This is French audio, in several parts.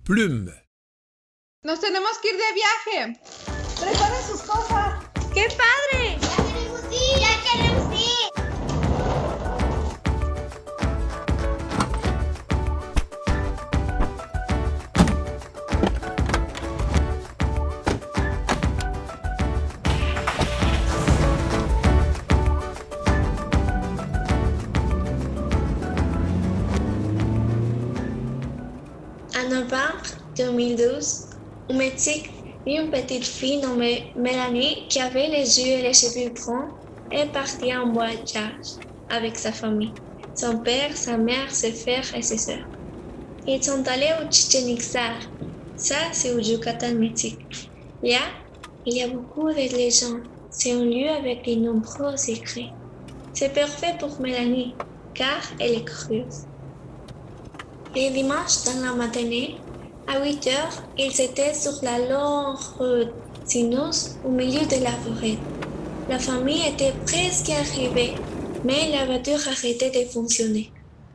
Plume. Nos tenemos que ir de viaje. Preparen sus cosas. ¡Qué padre! ¡Ya queremos ir! ¡Ya queremos ir! En novembre 2012, au Mexique, une petite fille nommée Mélanie, qui avait les yeux et les cheveux bruns, est partie en voyage avec sa famille, son père, sa mère, ses frères et ses sœurs. Ils sont allés au Chichén Itzá. Ça, c'est au Yucatan, Mexique. Là, il y a beaucoup de légendes. C'est un lieu avec de nombreux secrets. C'est parfait pour Mélanie, car elle est curieuse. Les dimanches dans la matinée, à 8 heures, ils étaient sur la longue route sinueuse au milieu de la forêt. La famille était presque arrivée, mais la voiture arrêtait de fonctionner.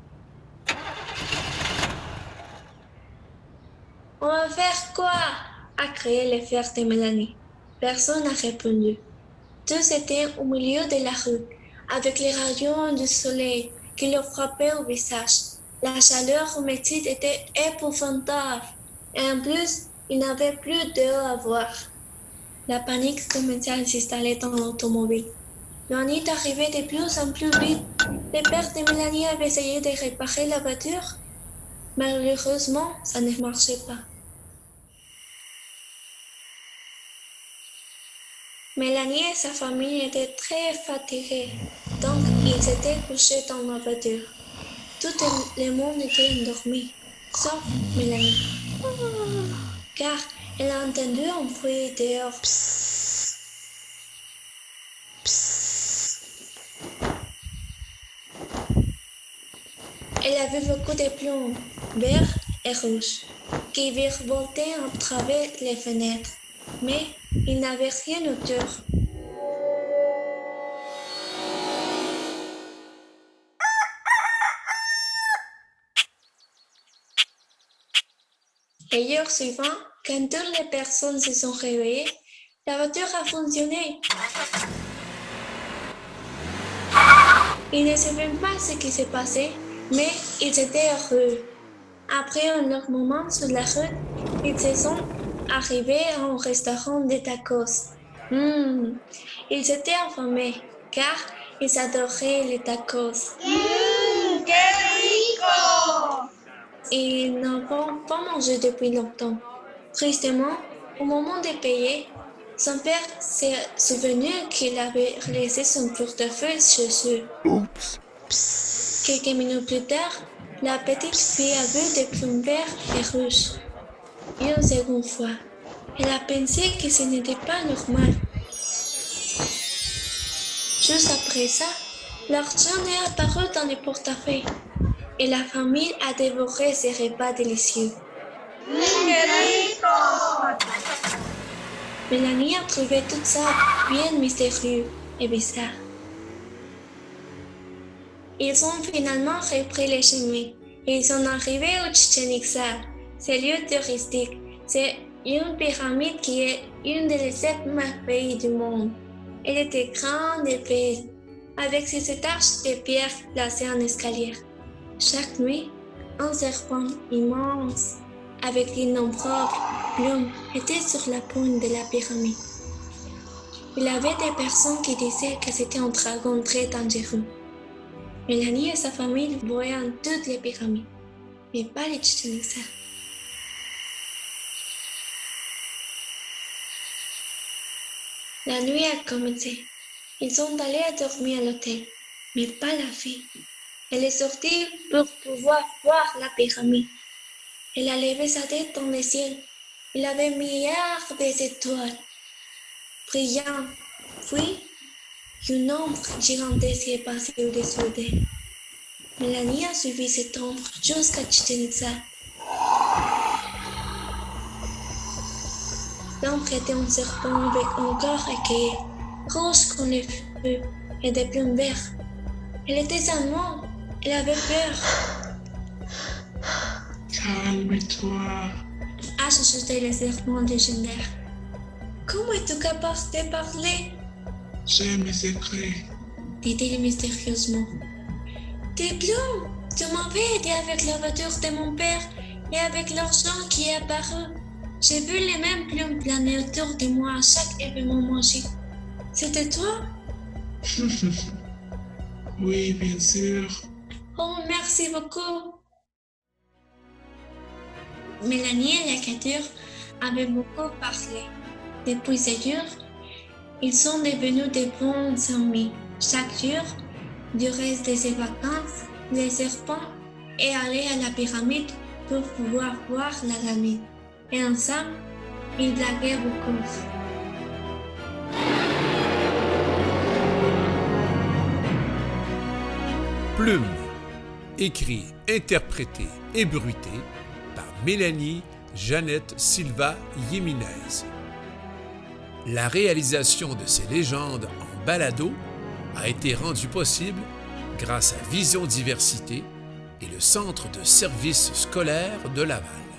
On va faire quoi? A crié le frère de Mélanie. Personne n'a répondu. Tous étaient au milieu de la rue, avec les rayons du soleil qui leur frappaient au visage. La chaleur au Mexique était épouvantable. Et en plus, il n'avait plus d'eau à boire. La panique commençait à s'installer dans l'automobile. La nuit arrivait de plus en plus vite. Le père de Mélanie avait essayé de réparer la voiture. Malheureusement, ça ne marchait pas. Mélanie et sa famille étaient très fatigués, donc ils étaient couchés dans la voiture. Tout le monde était endormi, sauf Mélanie. Car elle a entendu un bruit dehors. Psst. Psst. Elle a vu beaucoup de plumes, verts et rouges, qui virevoltaient à travers les fenêtres, mais il n'avait rien autour. Le jour suivant, quand toutes les personnes se sont réveillées, la voiture a fonctionné. Ils ne savaient pas ce qui s'est passé, mais ils étaient heureux. Après un long moment sur la route, ils se sont arrivés à un restaurant de tacos. Ils étaient affamés, car ils adoraient les tacos. ¡Qué rico! Ils n'avaient pas mangé depuis longtemps. Tristement, au moment de payer, son père s'est souvenu qu'il avait laissé son portefeuille chez eux. Oups. Quelques minutes plus tard, la petite fille a vu des plumes vertes et rouges. Une seconde fois, elle a pensé que ce n'était pas normal. Juste après ça, l'argent est apparu dans le portefeuille et la famille a dévoré ces repas délicieux. ¡Qué rico! Mélanie a trouvé tout ça bien mystérieux et bizarre. Ils ont finalement repris le chemin et ils sont arrivés au Chichén Itzá, ce lieu touristique. C'est une pyramide qui est une des 7 merveilles du monde. Elle était grande et belle, avec ses étages de pierre placées en escalier. Chaque nuit, un serpent immense, avec d'innombrables plumes, était sur la pointe de la pyramide. Il y avait des personnes qui disaient que c'était un dragon très dangereux. Mélanie et sa famille voyaient toutes les pyramides, mais pas les Chichén Itzá. La nuit a commencé. Ils sont allés dormir à l'hôtel, mais pas la fille. Elle est sortie pour pouvoir voir la pyramide. Elle a levé sa tête dans le ciel. Il y avait milliards d'étoiles brillantes. Puis, une ombre gigantesque est passée au-dessus d'elle. Mélanie a suivi cette ombre jusqu'à Chichén Itzá. L'ombre était un serpent avec un corps écaillé, rouge comme le feu et des plumes vertes. Elle était sans nom. Elle avait peur. Calme-toi. chuchotait le serpent légendaire. Comment es-tu capable de parler? J'ai mes secrets. Dit-il mystérieusement. Tes plumes! Tu m'avais aidé avec la voiture de mon père et avec l'argent qui est apparu. J'ai vu les mêmes plumes planer autour de moi à chaque événement magique. C'était toi? Oui, bien sûr. Oh, merci beaucoup. Mélanie et la créature avaient beaucoup parlé. Depuis ce jour, ils sont devenus de bons amis. Chaque jour, du reste de ses vacances, le serpent est allé à la pyramide pour pouvoir voir la ramine. Et ensemble, ils blaguaient beaucoup. Plume, écrit, interprété et bruité par Mélanie Jeannette Silva Jiménez. La réalisation de ces légendes en balado a été rendue possible grâce à Vision Diversité et le Centre de services scolaires de Laval.